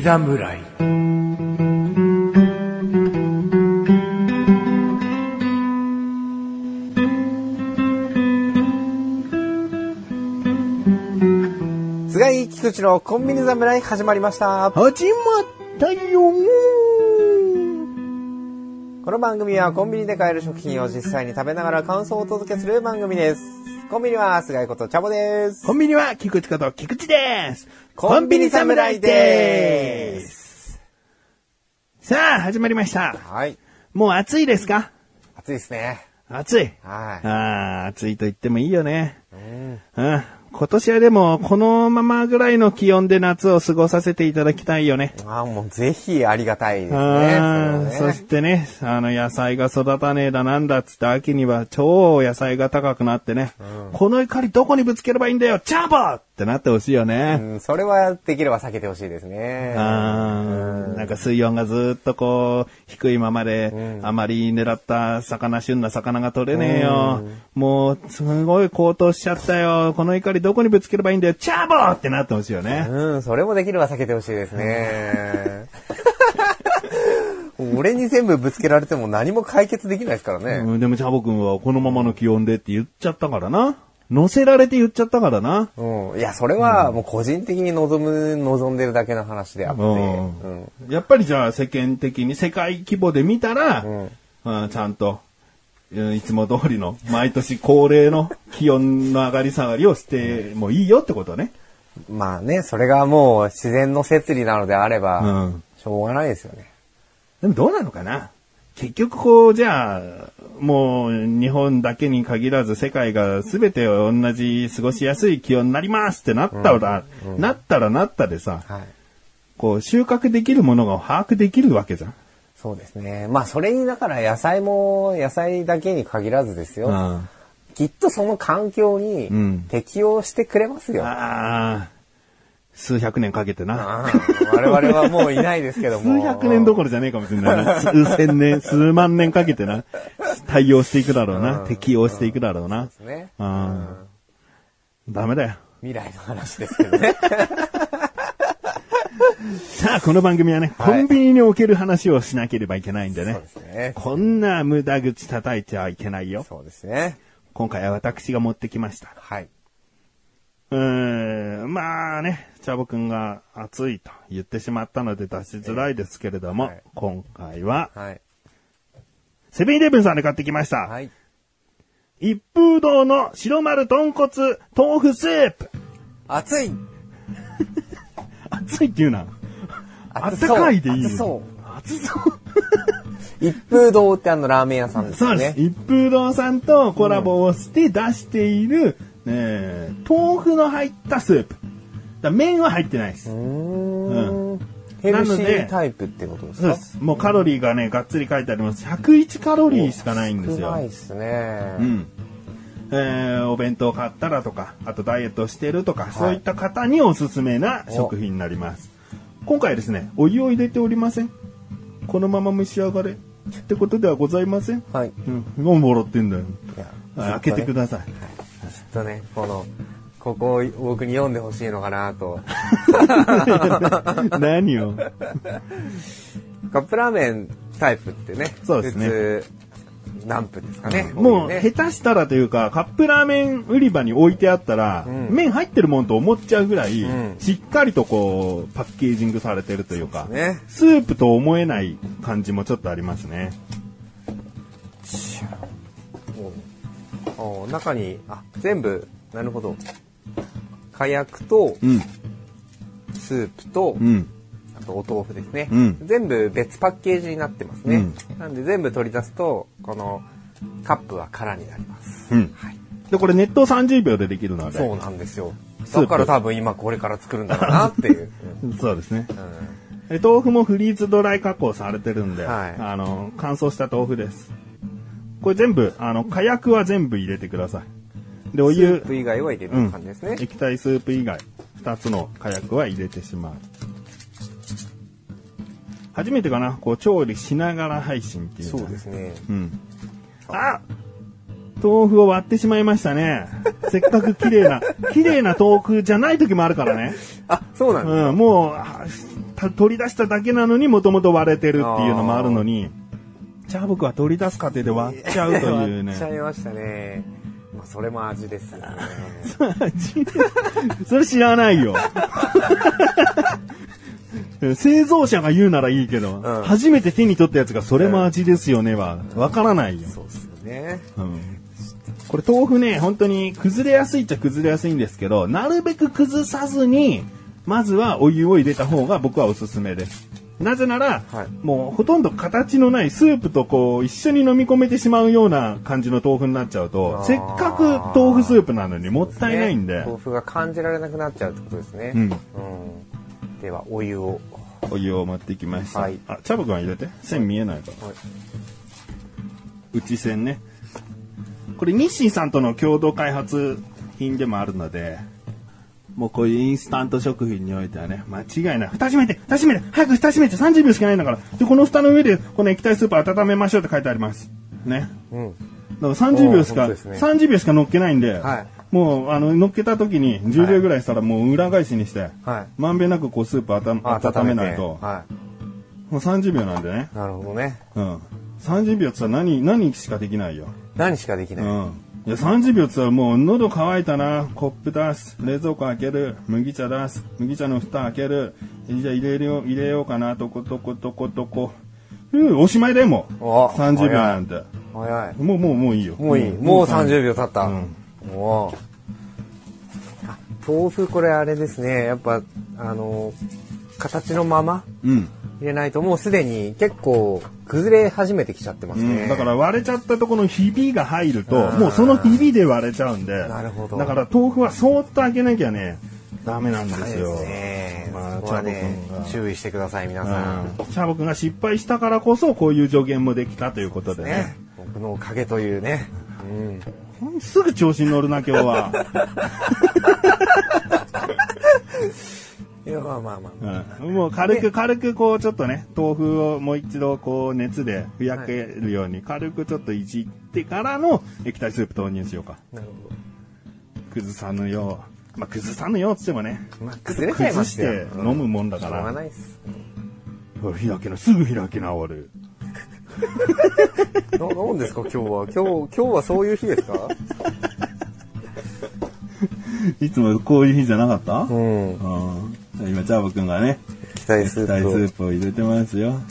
侍。 菅井菊池のコンビニ侍始まりました。 始まったよ。 この番組はコンビニで買える食品を実際に食べながら感想をお届けする番組です。コンビニは菅井ことチャボです。 コンビニは菊池こと菊池です。 コンビニ侍です。 さあ、始まりました。 はい。 もう暑いですか？ 暑いですね。 暑い。 はい。 暑いと言ってもいいよね。今年はでもこのままぐらいの気温で夏を過ごさせていただきたいよね。 もうぜひありがたいですね。 そしてね、野菜が育たねえだなんだっつって秋には超野菜が高くなってね、この怒りどこにぶつければいいんだよ、チャボってなってほしいよね。 それはできれば避けてほしいですね。 なんか水温がずっとこう低いままで、あまり狙った旬な魚が取れねえよ。もうすごい高騰しちゃったよ。この怒りどこにぶつければいいんだよ、チャボってなってほしいよね。 それもできれば避けてほしいですね。俺に全部ぶつけられても何も解決できないですからね。 でもチャボくんはこのままの気温でって言っちゃったからな。乗せられて言っちゃったからな。 いや、それはもう個人的に望んでるだけの話であって。 やっぱりじゃあ世間的に世界規模で見たら、ちゃんと、いつも通りの毎年恒例の気温の上がり下がりをしてもいいよってことね。 まあね、それがもう自然の摂理なのであれば、しょうがないですよね。 でもどうなのかな？結局こう、じゃあ、もう日本だけに限らず世界が全て同じ過ごしやすい気温になりますってなったら、なったでさ、こう収穫できるものが把握できるわけじゃん。 そうですね。まあそれにだから野菜も野菜だけに限らずですよ。きっとその環境に適応してくれますよ。 数百年かけてな。 我々はもういないですけども。 数百年どころじゃねえかもしれないな。数千年、数万年かけてな。対応していくだろうな。適応していくだろうな。 そうですね。 ダメだよ。 未来の話ですけどね。 さあ、この番組はね、コンビニにおける話をしなければいけないんでね。 そうですね。 こんな無駄口叩いてはいけないよ。 そうですね。 今回は私が持ってきました。 はい。 まあね、チャボくんが暑いと言ってしまったので出しづらいですけれども、今回は、セブンイレブンさんで買ってきました。一風堂の白丸豚骨豆腐スープ。 暑い暑いって言うな。あったかいでいいよ。 暑そう。一風堂ってラーメン屋さんですよね。 そうです。一風堂さんとコラボをして出している、豆腐の入ったスープ。麺は入ってないです。 ヘルシータイプってことですか？ そうです。もうカロリーがね、がっつり書いてあります。101カロリーしかないんですよ。 少ないですね。 お弁当買ったらとか、あとダイエットしてるとか、そういった方におすすめな食品になります。今回ですね、お湯を入れておりません。このまま召し上がれってことではございません。何笑ってんだよ。開けてください。 きっとね、ここを僕に読んでほしいのかなと。 何を？ カップラーメンタイプってね。 そうですね。 何分ですかね。 もう下手したらというか、カップラーメン売り場に置いてあったら、麺入ってるもんと思っちゃうぐらい、しっかりとこうパッケージングされてるというか、スープと思えない感じもちょっとありますね。 中に全部なるほど。かやくと、スープと、あとお豆腐ですね、全部別パッケージになってますね。なんで全部取り出すとこのカップは空になります。 でこれ熱湯30秒でできるので。 そうなんですよ。だから多分今これから作るんだろうなっていう。 そうですね。豆腐もフリーズドライ加工されてるんで、乾燥した豆腐です。これ全部かやくは全部入れてください。でお湯スープ以外は入れる感じですね。 液体スープ以外2つのかやくは入れてしまう。初めてかな、こう調理しながら配信っていう。 そうですね。 豆腐を割ってしまいましたね。せっかく綺麗な豆腐じゃない時もあるからね。 そうなんですか。 もう取り出しただけなのにもともと割れてるっていうのもあるのに、チャーボくは取り出す過程で割っちゃうというね。 割っちゃいましたね。まあ、それも味ですよね。 それ知らないよ。製造者が言うならいいけど、初めて手に取ったやつがそれも味ですよねはわからないよ。 そうですよね。 これ豆腐ね、本当に崩れやすいっちゃ崩れやすいんですけど、なるべく崩さずに、まずはお湯を入れた方が僕はおすすめです。なぜなら、もうほとんど形のないスープとこう一緒に飲み込めてしまうような感じの豆腐になっちゃうと、せっかく豆腐スープなのにもったいないんで。 豆腐が感じられなくなっちゃうってことですね。ではお湯を持ってきました。あ、チャボくんは入れて。線見えないから。内線ね。これ日清さんとの共同開発品でもあるので、もうこういうインスタント食品においてはね、間違いない。蓋閉めて早く蓋閉めて30秒しかないんだから。で、この蓋の上でこの液体スープ温めましょうって書いてあります。ね。だから30秒しか乗っけないんで、もう乗っけた時に10秒ぐらいしたらもう裏返しにして、まんべんなくこうスープ温めないと、もう30秒なんでね。 なるほどね。 30秒って言ったら何しかできないよ。 何しかできない。 いや30秒って言ったらもう喉乾いたな、コップ出す、冷蔵庫開ける、麦茶出す、麦茶の蓋開ける、じゃあ入れようかな、とことこ。おしまいでもう30秒なんて。 早い。 もういいよ。 もういい。もう30秒経った。豆腐これあれですね。やっぱ形のまま入れないともうすでに結構崩れ始めてきちゃってますね。 だから割れちゃったところのひびが入るともうそのひびで割れちゃうんで。 なるほど。 だから豆腐はそーっと開けなきゃねダメなんですよ。 まあそこはね注意してください皆さん。 チャボくんが失敗したからこそこういう助言もできたということでね。 僕のおかげというね。 すぐ調子に乗るな今日は。 いやまあ、 もう軽くこうちょっとね豆腐をもう一度こう熱でふやけるように軽くちょっといじってからの液体スープ投入しようか。 なるほど。 崩さぬようっつってもね、 崩れちゃいますよ。 崩して飲むもんだから。 しょうがないっす。 すぐ開き直る。 なんですか今日はそういう日ですか？ いつもこういう日じゃなかった？今チャーボくんがね液体スープを入れてますよ。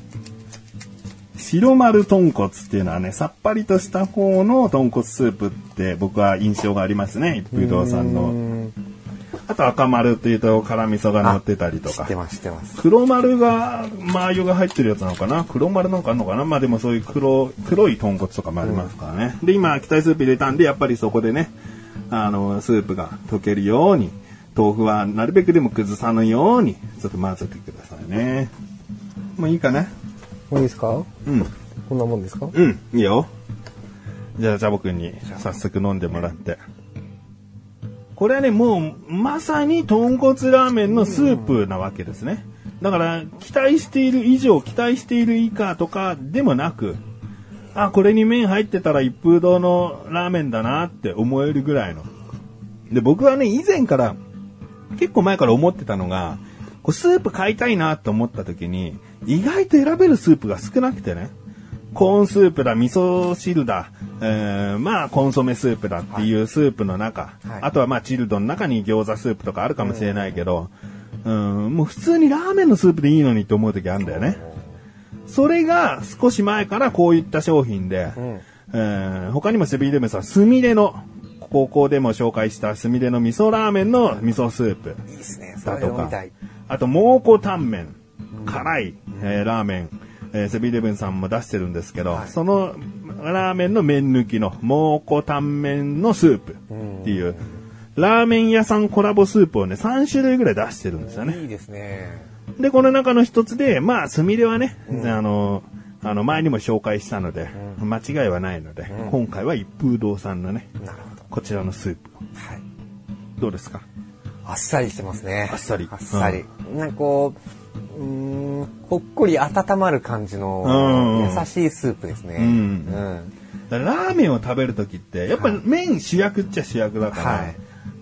白丸豚骨っていうのはねさっぱりとした方の豚骨スープって僕は印象がありますね。一風堂さんの。あと赤丸っていうと辛味噌が乗ってたりとか。 知ってます。 黒丸が麻油が入ってるやつなのかな。黒丸なんかあるのかな。まあでもそういう黒い豚骨とかもありますからね。で今液体スープ入れたんでやっぱりそこでねスープが溶けるように豆腐はなるべくでも崩さぬようにちょっと混ぜてくださいね。もういいかな。 もういいですか？こんなもんですか？ いいよ。じゃあチャボくんに早速飲んでもらって。これはねもうまさに豚骨ラーメンのスープなわけですね。だから期待している以上期待している以下とかでもなく、これに麺入ってたら一風堂のラーメンだなって思えるぐらいの。で僕はね以前から結構前から思ってたのが、スープ買いたいなと思った時に意外と選べるスープが少なくてね、コーンスープだ、味噌汁だ、コンソメスープだっていうスープの中、あとはチルドの中に餃子スープとかあるかもしれないけど、もう普通にラーメンのスープでいいのにと思う時あるんだよね。それが少し前からこういった商品で、他にもセブンイレブンさんスミレの高校でも紹介したスミレの味噌ラーメンの味噌スープだとか、あと蒙古タンメン、辛い、ラーメン、セブンイレブンさんも出してるんですけど、そのラーメンの麺抜きの蒙古タンメンのスープっていうラーメン屋さんコラボスープをね3種類ぐらい出してるんですよね。 いいですね。 でこの中の一つでスミレはね、前にも紹介したので、間違いはないので、今回は一風堂さんのねこちらのスープ、どうですか？ あっさりしてますね。 あっさり、 なんかこうほっこり温まる感じの優しいスープですね。ラーメンを食べるときってやっぱり麺主役っちゃ主役だから、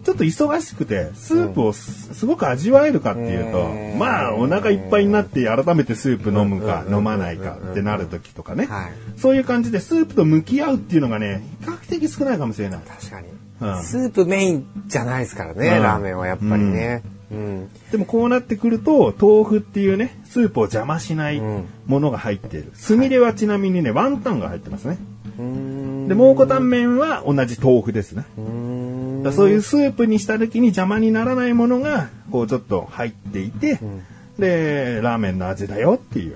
ちょっと忙しくて、スープをすごく味わえるかっていうと、まあ、お腹いっぱいになって改めてスープ飲むか飲まないかってなる時とかね。そういう感じでスープと向き合うっていうのがね、比較的少ないかもしれない。 確かに。スープメインじゃないですからね、ラーメンはやっぱりね。 でもこうなってくると、豆腐っていうね、スープを邪魔しないものが入っている。すみれはちなみにね、ワンタンが入ってますね。で、蒙古タンメンは同じ豆腐ですね。そういうスープにした時に邪魔にならないものが、こうちょっと入っていて、で、ラーメンの味だよっていう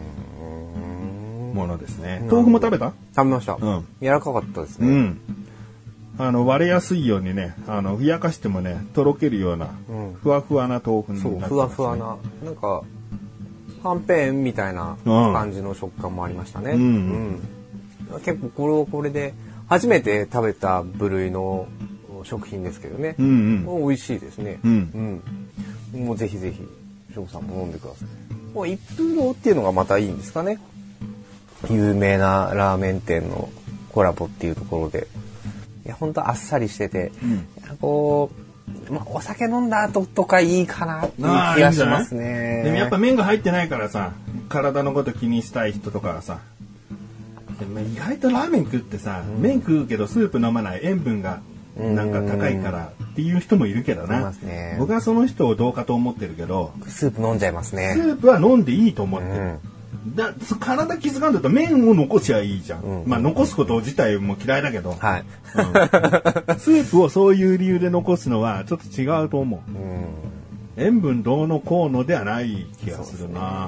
ものですね。豆腐も食べた？ 食べました。柔らかかったですね。 割れやすいようにね、ふやかしてもね、とろけるような、ふわふわな豆腐になってますね。 ふわふわな、なんか、はんぺんみたいな感じの食感もありましたね。結構これで、初めて食べた部類の食品ですけどね。美味しいですね。もうぜひぜひ、翔さんも飲んでください。もう一風堂っていうのがまたいいんですかね。有名なラーメン店のコラボっていうところで。いや、ほんとあっさりしてて、こう、お酒飲んだ後とかいいかなっていう気がしますね。 でもやっぱ麺が入ってないからさ、体のこと気にしたい人とかはさ、意外とラーメン食ってさ、麺食うけどスープ飲まない、塩分がなんか高いからっていう人もいるけどな。僕はその人をどうかと思ってるけど、 スープ飲んじゃいますね。 スープは飲んでいいと思ってる。体気づかんだと麺を残しゃいいじゃん。まあ残すこと自体も嫌いだけど、スープをそういう理由で残すのはちょっと違うと思う。塩分どうのこうのではない気がするな。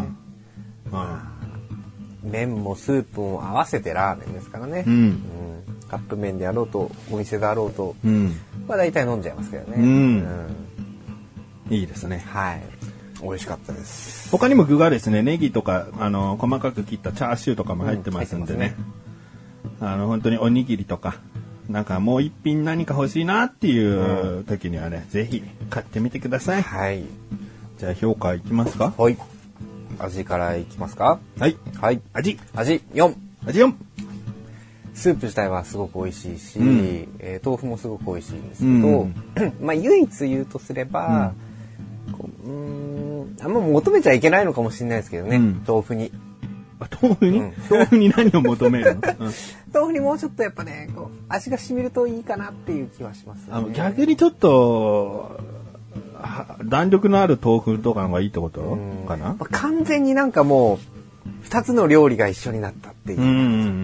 麺もスープも合わせてラーメンですからね。カップ麺であろうとお店であろうと、まあ大体飲んじゃいますけどね。 いいですね。 はい。美味しかったです。 他にも具がですね、ネギとか細かく切ったチャーシューとかも入ってますんでね。本当におにぎりとか、なんかもう一品何か欲しいなっていう時にはね、ぜひ買ってみてください。 はい。 じゃあ評価いきますか？ はい。味からいきますか？ はい。 はい。 味 4。 味4。 スープ自体はすごく美味しいし、豆腐もすごく美味しいんですけど、まあ唯一言うとすれば、あんま求めちゃいけないのかもしれないですけどね、豆腐に。 豆腐に何を求めるの？ 豆腐にもうちょっとやっぱね、こう味が染みるといいかなっていう気はしますね。 逆にちょっと弾力のある豆腐とかの方がいいってことかな？ 完全になんかもう2つの料理が一緒になったっていう。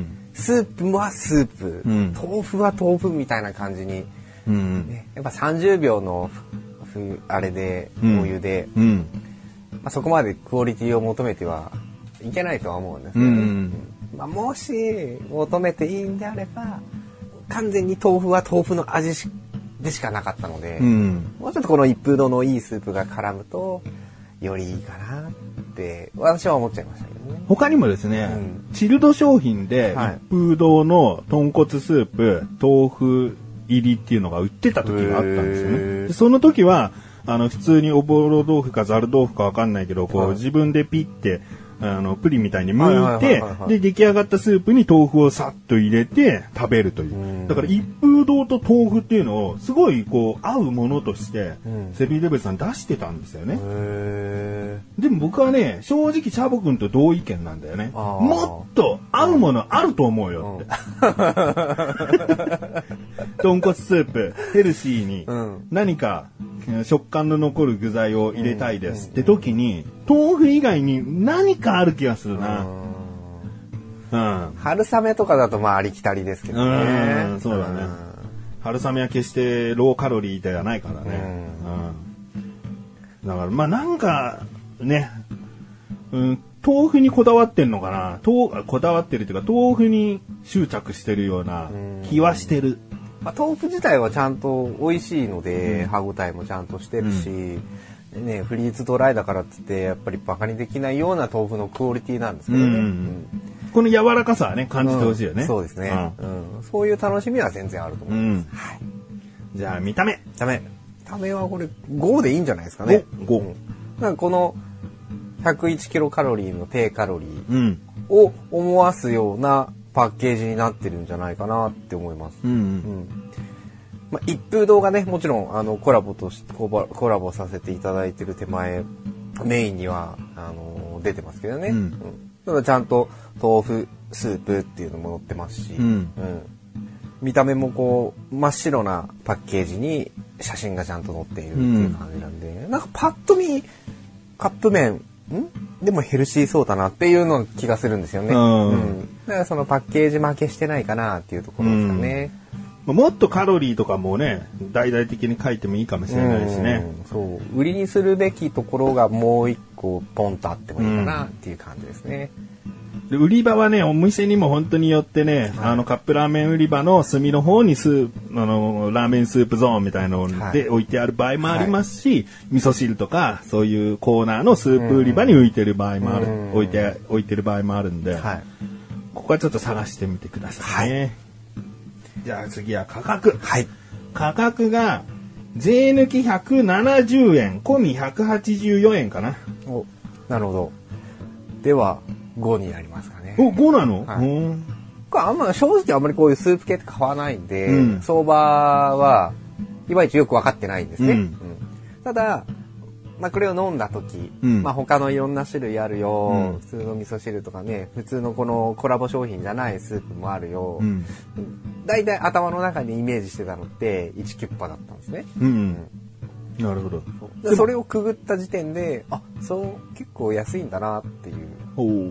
スープはスープ、豆腐は豆腐みたいな感じに、やっぱ30秒のあれで、お湯で、そこまでクオリティを求めてはいけないとは思うんですけど、もし求めていいんであれば、完全に豆腐は豆腐の味でしかなかったので、もうちょっとこの一風堂のいいスープが絡むと、よりいいかなって私は思っちゃいましたけどね。 他にもですね、チルド商品で一風堂の豚骨スープ、豆腐入りっていうのが売ってた時があったんですよね。でその時は普通におぼろ豆腐かざる豆腐かわかんないけど、こう自分でピッてプリンみたいに剥いて、で出来上がったスープに豆腐をさっと入れて食べるという。だから一風堂と豆腐っていうのをすごいこう合うものとしてセブンイレブンさん出してたんですよね。でも僕はね、正直チャボくんと同意見なんだよね。もっと合うものあると思うよって。豚骨スープヘルシーに何か食感の残る具材を入れたいですって時に、豆腐以外に何かある気がするな。 春雨とかだとまあありきたりですけどね。 そうだね。春雨は決してローカロリーではないからね。だからまあなんかね、豆腐にこだわってんのかな。こだわってるというか豆腐に執着してるような気はしてる。 豆腐自体はちゃんと美味しいので、歯ごたえもちゃんとしてるし、ね、フリーズドライだからってってやっぱりバカにできないような豆腐のクオリティなんですけどね。この柔らかさはね感じてほしいよね。 そうですね、そういう楽しみは全然あると思います。 じゃあ見た目はこれ5でいいんじゃないですかね。 5、 なんかこの101キロカロリーの低カロリーを思わすようなパッケージになってるんじゃないかなって思います。 一風堂がね、もちろん、コラボさせていただいてる手前、メインには、出てますけどね。ただちゃんと豆腐スープっていうのも載ってますし、見た目もこう、真っ白なパッケージに写真がちゃんと載っているっていう感じなんで、なんかパッと見、カップ麺、でもヘルシーそうだなっていうの気がするんですよね。だからそのパッケージ負けしてないかなっていうところですかね。 もっとカロリーとかもね、大々的に書いてもいいかもしれないですね。 そう。売りにするべきところがもう一個ポンとあってもいいかなっていう感じですね。 で売り場はね、お店にも本当によってね、カップラーメン売り場の隅の方にラーメンスープゾーンみたいなので置いてある場合もありますし、味噌汁とか、そういうコーナーのスープ売り場に置いてる場合もある、置いてる場合もあるんで、ここはちょっと探してみてくださいね。じゃあ次は価格。価格が、税抜き170円、込み184円かな。 なるほど。では、5になりますかね。 5なの？ 正直あんまりこういうスープ系って買わないんで、相場はいまいちよく分かってないんですね。ただ、これを飲んだ時、他のいろんな種類あるよ、普通の味噌汁とかね、普通のこのコラボ商品じゃないスープもあるよ。だいたい頭の中にイメージしてたのって1キュッパだったんですね。 なるほど。 それをくぐった時点で、結構安いんだなっていう。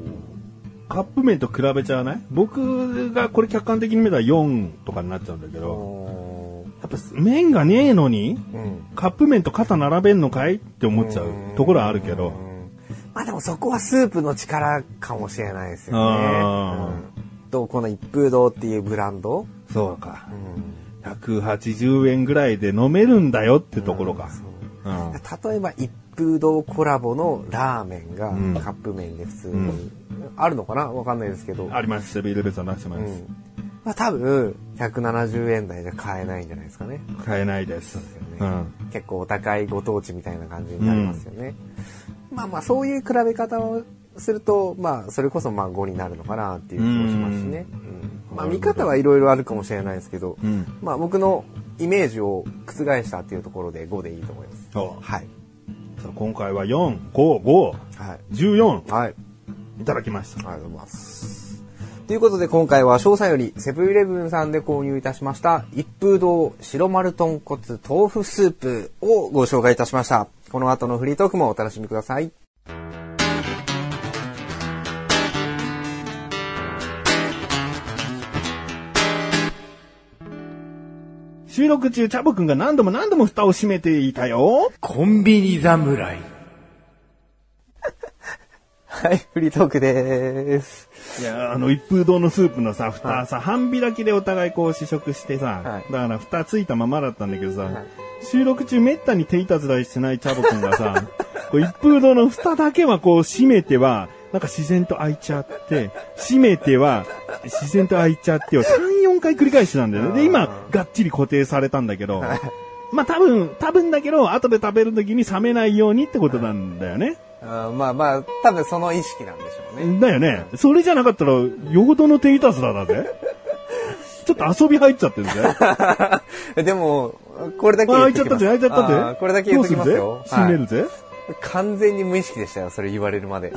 カップ麺と比べちゃわない？僕がこれ客観的に見たら4とかになっちゃうんだけど、やっぱ麺がねえのに、カップ麺と肩並べんのかいって思っちゃうところはあるけど。 でもそこはスープの力かもしれないですよね。この一風堂っていうブランド？ そうか。180円ぐらいで飲めるんだよってところか。 例えば一風堂コラボのラーメンがカップ麺で普通にあるのかな？わかんないですけど。 あります。セブンイレブンさん出してます。 多分170円台じゃ買えないんじゃないですかね。 買えないです。 結構お高いご当地みたいな感じになりますよね。そういう比べ方をすると、それこそ5になるのかなっていう気もしますしね。見方はいろいろあるかもしれないですけど、僕のイメージを覆したっていうところで5でいいと思います。 今回は4、5、5、14、いただきました。 ありがとうございます。ということで今回は詳細よりセブンイレブンさんで購入いたしました一風堂白丸豚骨豆腐スープをご紹介いたしました。この後のフリートークもお楽しみください。 収録中、チャボくんが何度も蓋を閉めていたよ。 コンビニ侍。はい、フリートークでーす。 いや、一風堂のスープのさ、蓋さ、半開きでお互いこう試食してさ、だから蓋ついたままだったんだけどさ、収録中めったに手いたずらしてないチャボくんがさ、こう一風堂の蓋だけはこう閉めては、なんか自然と開いちゃって、閉めては自然と開いちゃってを3、4回繰り返してたんだよね。で、今、がっちり固定されたんだけど、多分だけど、後で食べるときに冷めないようにってことなんだよね。 多分その意識なんでしょうね。 だよね。それじゃなかったら、よほどの手いたずらだぜ。ちょっと遊び入っちゃってるぜ。 でも、これだけ言っときます。 開いちゃったぜ。 これだけ言っときますよ。 閉めるぜ。 完全に無意識でしたよ、それ言われるまで。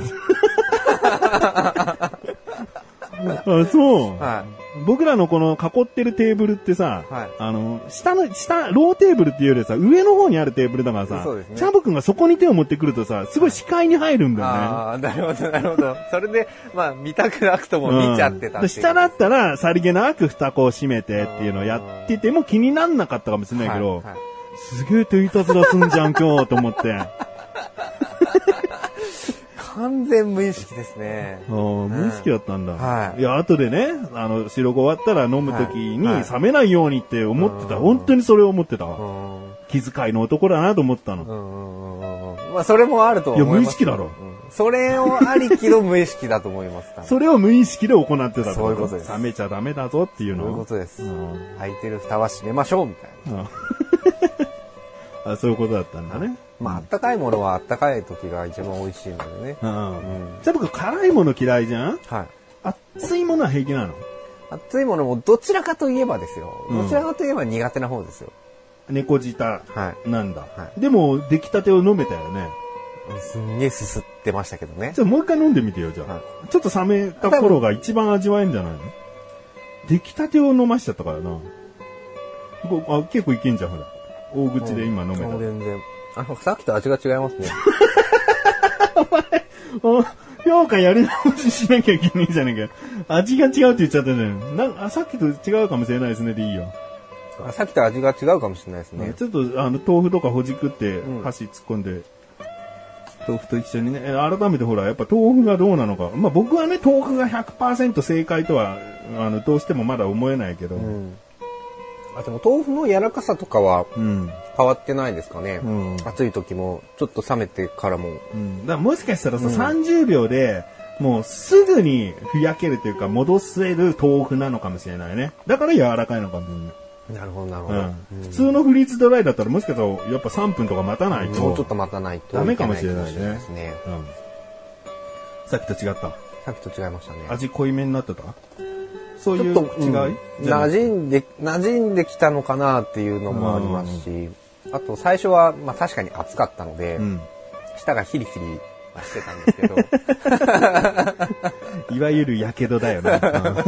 そう。僕らのこの囲ってるテーブルってさ、下、ローテーブルっていうよりさ、上の方にあるテーブルだからさ、チャボくんがそこに手を持ってくるとさ、すごい視界に入るんだよね。 なるほど。それで、見たくなくとも見ちゃってたっていう。 下だったら、さりげなく蓋こう閉めてっていうのをやってても気になんなかったかもしれないけど、すげえ手いたずらすんじゃん今日と思って。 完全無意識ですね。 無意識だったんだ。いや、後でね、収録終わったら飲むときに冷めないようにって思ってた。本当にそれを思ってた。気遣いの男だなと思ったの。 それもあると思います。 いや、無意識だろ。 それをありきの無意識だと思います。 それを無意識で行ってた。 そういうことです。 冷めちゃダメだぞっていうの。 そういうことです。開いてる蓋は閉めましょうみたいな。そういうことだったんだね。 あったかいものはあったかい時が一番美味しいのでね。 じゃあ僕辛いもの嫌いじゃん？熱いものは平気なの？ 熱いものもどちらかといえばですよ。どちらかといえば苦手な方ですよ。 猫舌なんだ。 はい。 でも、出来たてを飲めたよね。 すんげえすすってましたけどね。 じゃあもう一回飲んでみてよ、じゃあ。 はい、 ちょっと冷めた頃が一番味わえるんじゃないの？出来たてを飲ましちゃったからな。結構いけんじゃん、ほら。大口で今飲めた。 全然。さっきと味が違いますね。 お前、評価やり直ししなきゃいけないじゃねえか。味が違うって言っちゃったじゃん。さっきと違うかもしれないですねでいいよ。 さっきと味が違うかもしれないですね。 ちょっと豆腐とかほじくって箸突っ込んで、豆腐と一緒にね、改めてほら、やっぱ豆腐がどうなのか。まあ僕はね、豆腐が 100% 正解とは、どうしてもまだ思えないけど。 でも豆腐の柔らかさとかは変わってないですかね。暑い時も、ちょっと冷めてからも。 だからもしかしたらさ、30秒で、もうすぐにふやけるというか、戻せる豆腐なのかもしれないね。だから柔らかいのかもしれない。 なるほど、なるほど。 普通のフリーズドライだったらもしかしたらやっぱ3分とか待たないと。 もうちょっと待たないと。 ダメかもしれないね。さっきと違った。 さっきと違いましたね。 味濃いめになってた？そういう違い？ 馴染んできたのかなっていうのもありますし、あと最初は、まあ確かに暑かったので、舌がヒリヒリはしてたんですけど。 いわゆるやけどだよね。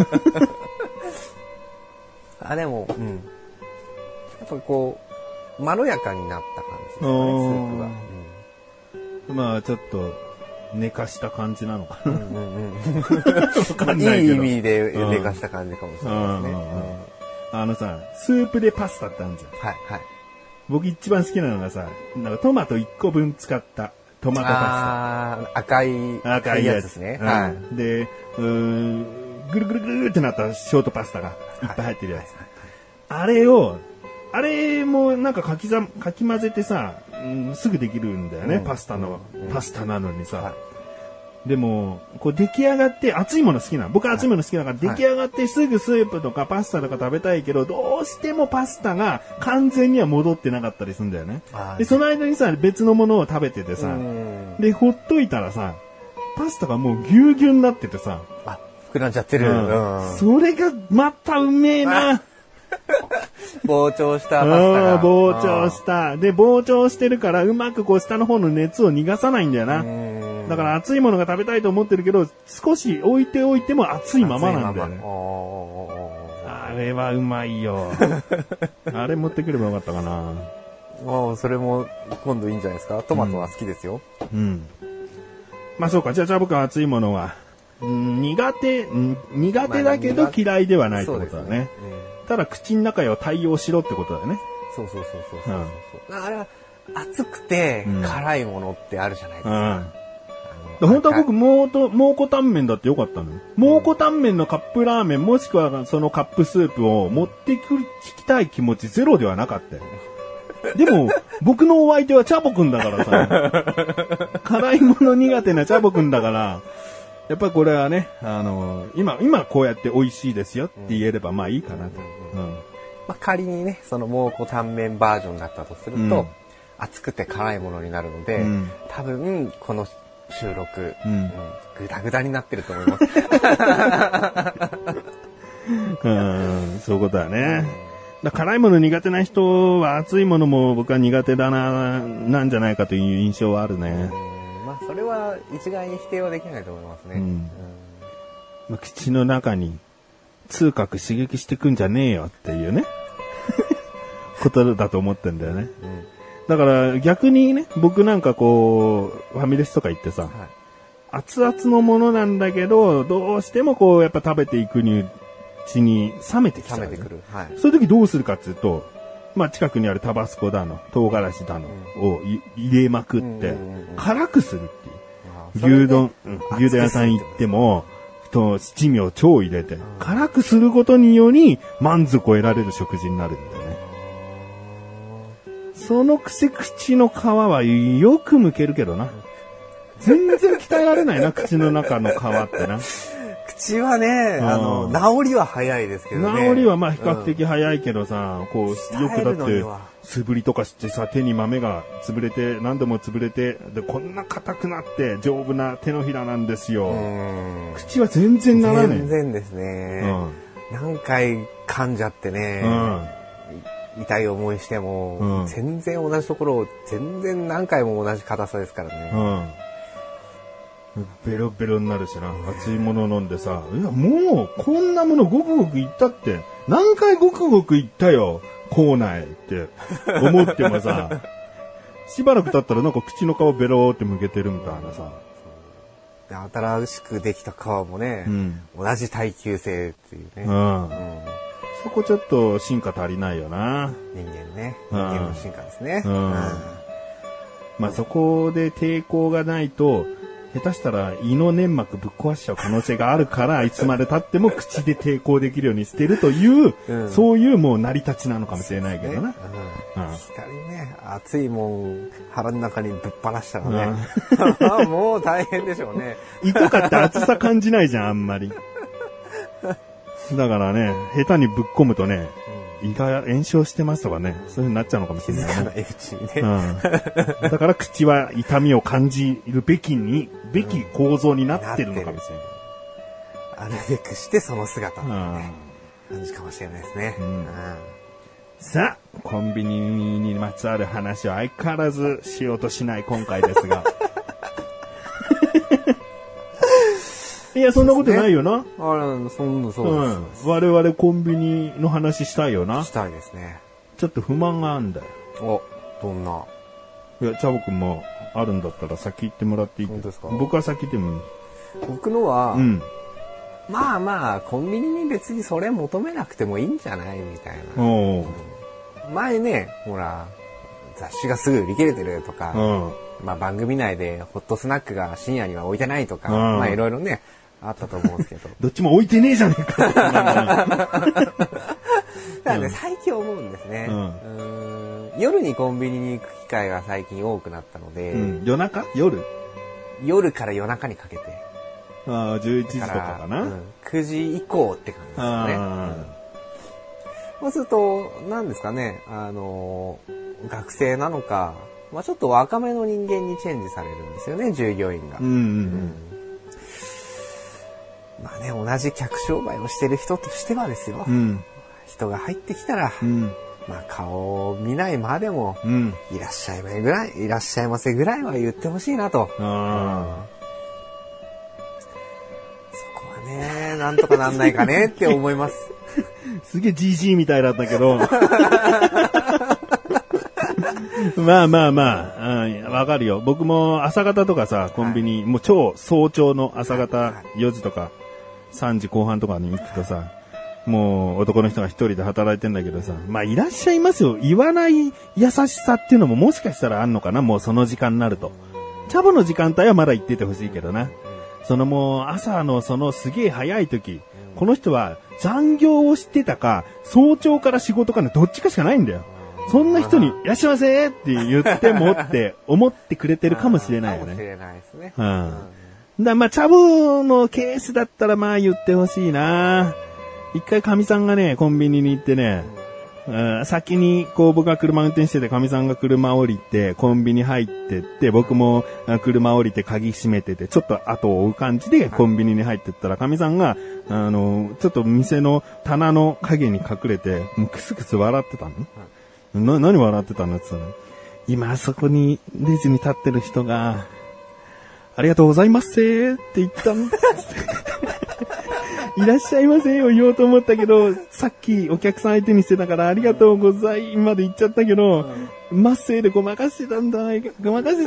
でも、やっぱこう、まろやかになった感じですね、スープが。 まあちょっと、寝かした感じなのかな。わかんないけど。 いい意味で寝かした感じかもしれないですね。 スープでパスタってあるじゃん。 はいはい。 僕一番好きなのがさ、なんかトマト1個分使ったトマトパスタ。赤いやつですね。 はい。で、ぐるぐるぐるってなったショートパスタがいっぱい入ってるやつ。あれもなんかかき混ぜてさ、すぐできるんだよね、パスタなのにさ。でも、こう出来上がって熱いもの好きなの。僕は熱いもの好きだから、出来上がってすぐスープとかパスタとか食べたいけど、どうしてもパスタが完全には戻ってなかったりするんだよね。で、その間にさ、別のものを食べててさ、で、ほっといたらさ、パスタがもうぎゅうぎゅうになっててさ、 膨らんじゃってる。 それがまたうめえな。 膨張したパスタが。 膨張した。で、膨張してるから、うまくこう下の方の熱を逃がさないんだよな。だから熱いものが食べたいと思ってるけど、少し置いておいても熱いままなんだよね。あれはうまいよ。あれ持ってくればよかったかな。 それも今度いいんじゃないですか。トマトは好きですよ。 まあそうか。じゃあ僕は熱いものは、苦手だけど嫌いではないってことだね。ただ口の中を対応しろってことだよね。 そう。あれは熱くて辛いものってあるじゃないですか。 本当は僕、蒙古タンメンだってよかったのよ。蒙古タンメンのカップラーメンもしくはそのカップスープを持って聞きたい気持ちゼロではなかったよ。でも、僕のお相手はチャボくんだからさ、辛いもの苦手なチャボくんだから、やっぱりこれはね、今こうやって美味しいですよって言えればまあいいかなと。 仮にね、その蒙古タンメンバージョンだったとすると、熱くて辛いものになるので、多分この収録、グダグダになってると思います。 そういうことだね。辛いもの苦手な人は熱いものも僕は苦手なんじゃないかという印象はあるね。 それは一概に否定はできないと思いますね。 口の中に痛覚刺激してくんじゃねえよっていうねことだと思ってんだよね。だから逆にね、僕なんかこうファミレスとか行ってさ、熱々のものなんだけどどうしてもこうやっぱ食べていくうちに冷めてきちゃう、ね。 冷めてくる。 そういう時どうするかっていうと、近くにあるタバスコだの、唐辛子だのを入れまくって、辛くするっていう。牛丼屋さん行っても、七味を超入れて、辛くすることにより満足を得られる食事になるんだよね。そのくせ口の皮はよく剥けるけどな。全然鍛えられないな、口の中の皮ってな。 口はね、治りは早いですけどね。 治りは比較的早いけどさ、よくだって、素振りとかしてさ、手に豆が潰れて、何度も潰れて、で、こんな硬くなって丈夫な手のひらなんですよ。口は全然ならない。 全然ですね。 何回噛んじゃってね、痛い思いしても、全然同じところを全然何回も同じ硬さですからね。 ベロベロになるしな。熱いもの飲んでさ、いやもうこんなものごくごくいったって、何回ごくごくいったよ、口内って思ってもさ、しばらく経ったらなんか口の皮ベローって向けてるみたいなさ。 新しくできた皮もね、同じ耐久性っていうね。 そこちょっと進化足りないよな。 人間ね。人間の進化ですね。 まあそこで抵抗がないと、下手したら胃の粘膜ぶっ壊しちゃう可能性があるから、いつまで経っても口で抵抗できるようにしてるという、そういうもう成り立ちなのかもしれないけどな。 光ね、熱いもん腹の中にぶっ放したらね、もう大変でしょうね。 胃とかって熱さ感じないじゃん、あんまり。だからね、下手にぶっ込むとね、胃が炎症してますとかね、そういう風になっちゃうのかもしれないね。 気づかないうちにね。 だから口は痛みを感じるべき構造になってるのかもしれない。 あるべくしてその姿ってね、感じかもしれないですね。 さあ、コンビニにまつわる話は相変わらずしようとしない今回ですが。いや、そんなことないよな。 そう我々コンビニの話したいよな。 したいですね。 ちょっと不満があんだよ。 お、どんな？ いや、チャボくんもあるんだったら先行ってもらっていい？ 本当ですか？ 僕は先行ってもいい。 僕のは、まあまあ、コンビニに別にそれ求めなくてもいいんじゃないみたいな。前ね、ほら、雑誌がすぐ売り切れてるとか、まあ番組内でホットスナックが深夜には置いてないとか、まあいろいろね、あったと思うんですけど。 どっちも置いてねえじゃねえか。 だからね、最近思うんですね。夜にコンビニに行く機会が最近多くなったので、 夜中？ 夜から夜中にかけて。 11時とかかな。 9時以降って感じですよね。そうすると、何ですかね、学生なのか、まあちょっと若めの人間にチェンジされるんですよね、従業員が。まあね、同じ客商売をしてる人としてはですよ。人が入ってきたら、まあ顔を見ないまでも、いらっしゃいませぐらいは言ってほしいなと。そこはね、なんとかなんないかねって思います。 すげえ GG みたいだったけど。まあ、わかるよ。僕も朝方とかさ、コンビニ、もう超早朝の朝方4時とか3時後半とかに行くとさ、もう男の人が一人で働いてんだけどさ、まあいらっしゃいますよ。言わない優しさっていうのももしかしたらあんのかな、もうその時間になると。チャボの時間帯はまだ行っててほしいけどな。そのもう朝のそのすげえ早い時、この人は残業をしてたか、早朝から仕事かのどっちかしかないんだよ。そんな人に、いらっしゃいませって言ってもって思ってくれてるかもしれないよね。 かもしれないですね。 まあ、チャボのケースだったらまあ言ってほしいな。一回神さんがね、コンビニに行ってね、先にこう僕が車運転してて神さんが車降りてコンビニ入ってって僕も車降りて鍵閉めててちょっと後を追う感じでコンビニに入ってったら神さんがちょっと店の棚の影に隠れてもうクスクス笑ってたの。何笑ってたのって言ったの。今あそこにレジに立ってる人がありがとうございますって言ったの。いらっしゃいませを言おうと思ったけど、さっきお客さん相手にしてたからありがとうございまで言っちゃったけど、まっせーでごまかしてたんじゃないかなって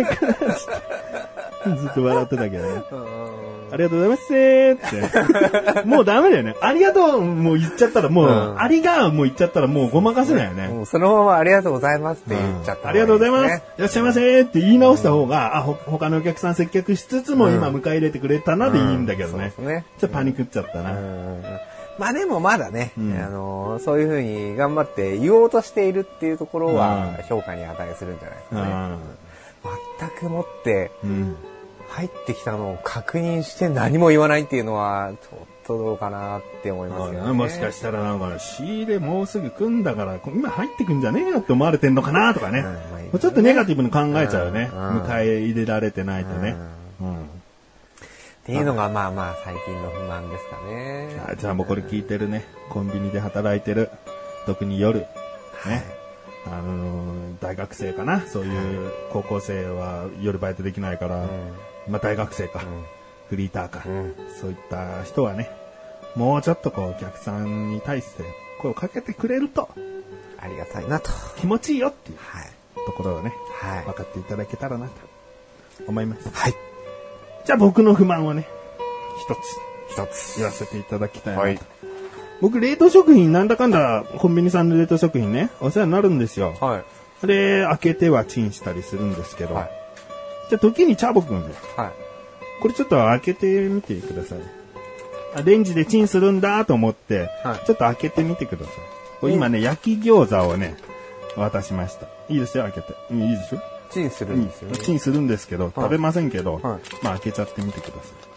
ずっと笑ってたけどね。ありがとうございますって。もうダメだよね。ありがとうもう言っちゃったらもう、ありがもう言っちゃったらもうごまかせないよね。 もうそのままありがとうございますって言っちゃった、 ありがとうございます。いらっしゃいませって言い直した方が、他のお客さん接客しつつも今迎え入れてくれたなでいいんだけどね。ちょっとパニクっちゃったな。 まあでもまだね、そういう風に頑張って言おうとしているっていうところは評価に値するんじゃないですかね。全くもって、入ってきたのを確認して何も言わないっていうのはちょっとどうかなって思いますよね。 もしかしたらなんか仕入れもうすぐ来んだから今入ってくんじゃねえよって思われてんのかなとかね。ちょっとネガティブに考えちゃうよね。迎え入れられてないとね。っっていうのがまあまあ最近の不満ですかね。 じゃあもうこれ聞いてるね、コンビニで働いてる、特に夜、ね、大学生かな、そういう高校生は夜バイトできないから、まあ大学生か、フリーターか、そういった人はね、もうちょっとこうお客さんに対して声をかけてくれると、 ありがたいなと。 気持ちいいよっていうところをね、分かっていただけたらなと思います。 はい。 じゃあ僕の不満をね、一つ言わせていただきたいなと。はい、僕、冷凍食品なんだかんだコンビニさんの冷凍食品ね、お世話になるんですよ。はい。で、開けてはチンしたりするんですけど、はい、じゃあ時にチャボくんで、はい、これちょっと開けてみてください。レンジでチンするんだと思って、はい、ちょっと開けてみてください。今ね、焼き餃子をね、渡しました。いいですよ、開けて。いいでしょ？ チンするんですよね。 チンするんですけど、はい、食べませんけど、はい、まあ開けちゃってみてくだ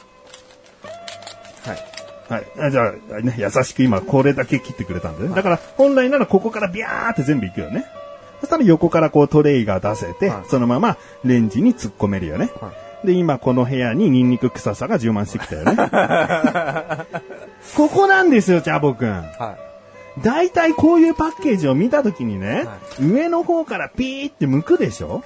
さい。はい。はい。じゃあ、ね、優しく今これだけ切ってくれたんでね。はい、だから本来ならここからビャーって全部いくよね。そしたら横からこうトレイが出せて、はい、そのままレンジに突っ込めるよね。はい、で、今この部屋にニンニク臭さが充満してきたよね。ここなんですよ、チャボくん。はい。だいたいこういうパッケージを見たときにね、はい、上の方からピーって剥くでしょ、はい、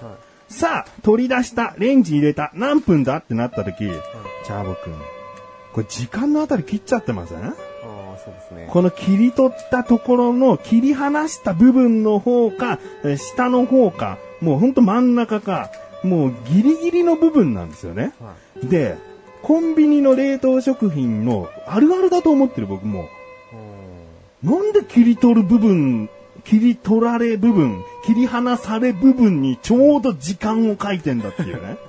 さあ、取り出した、レンジ入れた、何分だってなったとき、はい、チャボくん、これ時間のあたり切っちゃってません？そうですね。この切り取ったところの切り離した部分の方か、下の方か、もうほんと真ん中か、もうギリギリの部分なんですよね。はい、で、コンビニの冷凍食品のあるあるだと思ってる僕も。なんで切り取る部分、切り取られ部分、切り離され部分にちょうど時間を書いてんだっていうね。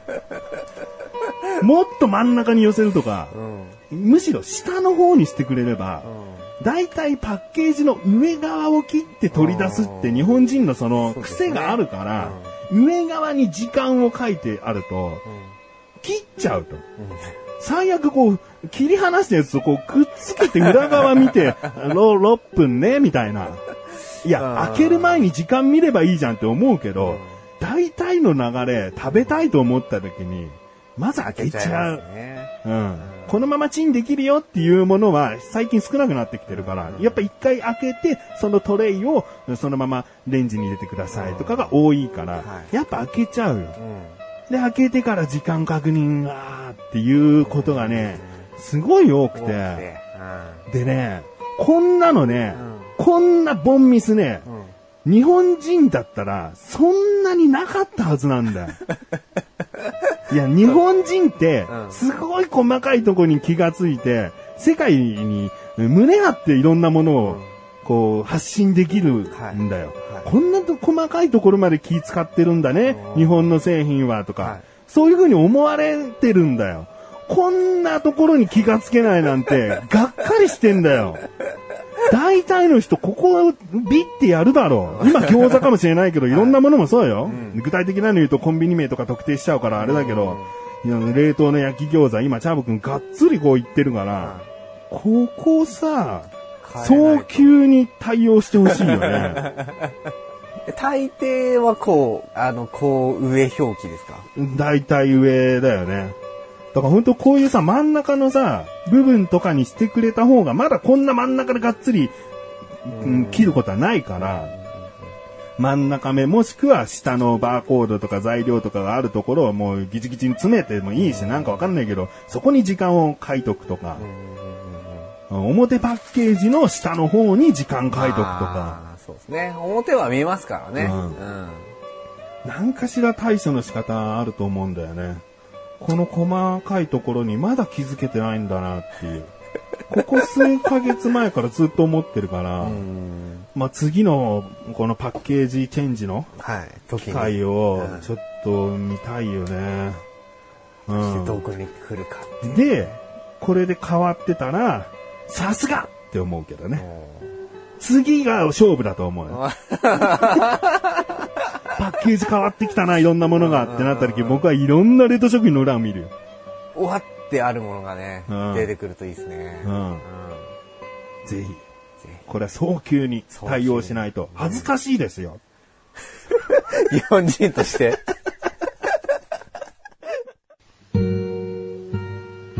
もっと真ん中に寄せるとか、むしろ下の方にしてくれれば、だいたいパッケージの上側を切って取り出すって日本人のその癖があるから、上側に時間を書いてあると、切っちゃうと。最悪こう、切り離したやつとこうくっつけて裏側見て、6分ね、みたいな。いや、開ける前に時間見ればいいじゃんって思うけど、大体の流れ、食べたいと思った時に、まず開けちゃう。このままチンできるよっていうものは最近少なくなってきてるから、やっぱ一回開けて、そのトレイをそのままレンジに入れてくださいとかが多いから、やっぱ開けちゃうよ。で、開けてから時間確認がっていうことがね、すごい多くて。でね、こんなのね、こんなボンミスね、日本人だったらそんなになかったはずなんだよ。いや、日本人ってすごい細かいところに気がついて、世界に胸張っていろんなものをこう発信できるんだよ。こんな細かいところまで気使ってるんだね、日本の製品はとか、そういう風に思われてるんだよ。こんなところに気がつけないなんて、がっかりしてんだよ。大体の人、ここをビッてやるだろう。今餃子かもしれないけど、いろんなものもそうよ。具体的なの言うとコンビニ名とか特定しちゃうからあれだけど、冷凍の焼き餃子、今チャーボくんがっつりこう言ってるから、ここさ、早急に対応してほしいよね。 大抵はこう上表記ですか？ 大体上だよね。だから本当こういうさ、真ん中のさ、部分とかにしてくれた方が、まだこんな真ん中でがっつり、切ることはないから、真ん中目もしくは下のバーコードとか材料とかがあるところをもうギチギチに詰めてもいいし、なんかわかんないけど、そこに時間を書いとくとか、表パッケージの下の方に時間書いとくとか。 そうですね。表は見えますからね。 何かしら対処の仕方あると思うんだよね。この細かいところにまだ気づけてないんだなっていう。ここ数ヶ月前からずっと思ってるから、まあ次のこのパッケージチェンジの機会をちょっと見たいよね。 どこに来るか。 で、これで変わってたら、さすがって思うけどね。次が勝負だと思うよ。パッケージ変わってきたな、いろんなものがってなった時、僕はいろんな冷凍食品の裏を見るよ。 終わってあるものがね、出てくるといいですね。 ぜひ。これは早急に対応しないと。恥ずかしいですよ。 日本人として。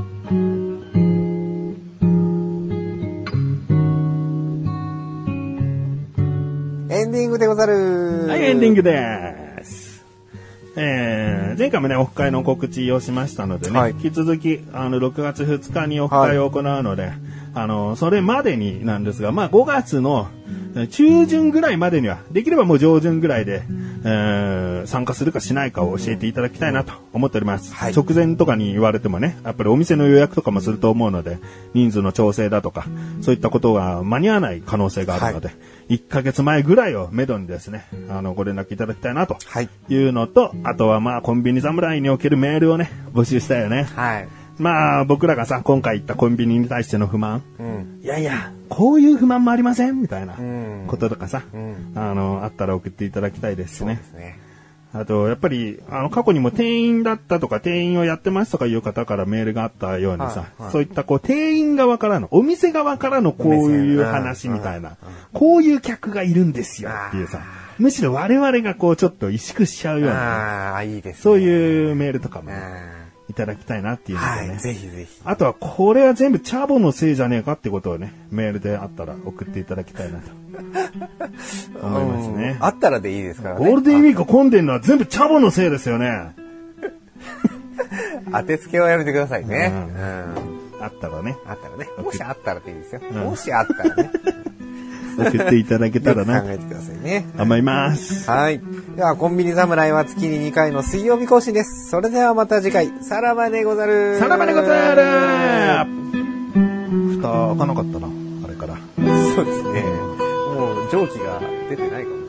エンディングです。前回もね、オフ会の告知をしましたのでね、引き続き、6月2日にオフ会を行うので、それまでになんですが、5月の中旬ぐらいまでには、できればもう上旬ぐらいで、参加するかしないかを教えていただきたいなと思っております。直前とかに言われてもね、やっぱりお店の予約とかもすると思うので、人数の調整だとか、そういったことが間に合わない可能性があるので、1ヶ月前ぐらいをめどにですね、ご連絡いただきたいなというのと、あとはコンビニ侍におけるメールをね、募集したよね。僕らがさ、今回言ったコンビニに対しての不満、いやいや、こういう不満もありませんみたいなこととかさ、あったら送っていただきたいですしね。あと、やっぱり、過去にも店員だったとか、店員をやってますとかいう方からメールがあったようにさ、そういった店員側からの、お店側からのこういう話みたいな、こういう客がいるんですよっていうさ、むしろ我々がちょっと萎縮しちゃうような、 いいですね、 そういうメールとかもいただきたいなっていうのでね。 ぜひぜひ。 あとはこれは全部チャボのせいじゃねえかってことをね、メールであったら送っていただきたいなと思いますね。 あったらでいいですからね。 ゴールデンウィーク混んでるのは全部チャボのせいですよね。 当てつけはやめてくださいね。 あったらね。 もしあったらでいいですよ。もしあったらね。 送っていただけたらな。 考えてくださいね。 思います。 はい。では、コンビニ侍は月に2回の水曜日更新です。それではまた次回、さらばでござる。 さらばでござる。蓋開かなかったな、あれから。 そうですね。もう蒸気が出てないかも。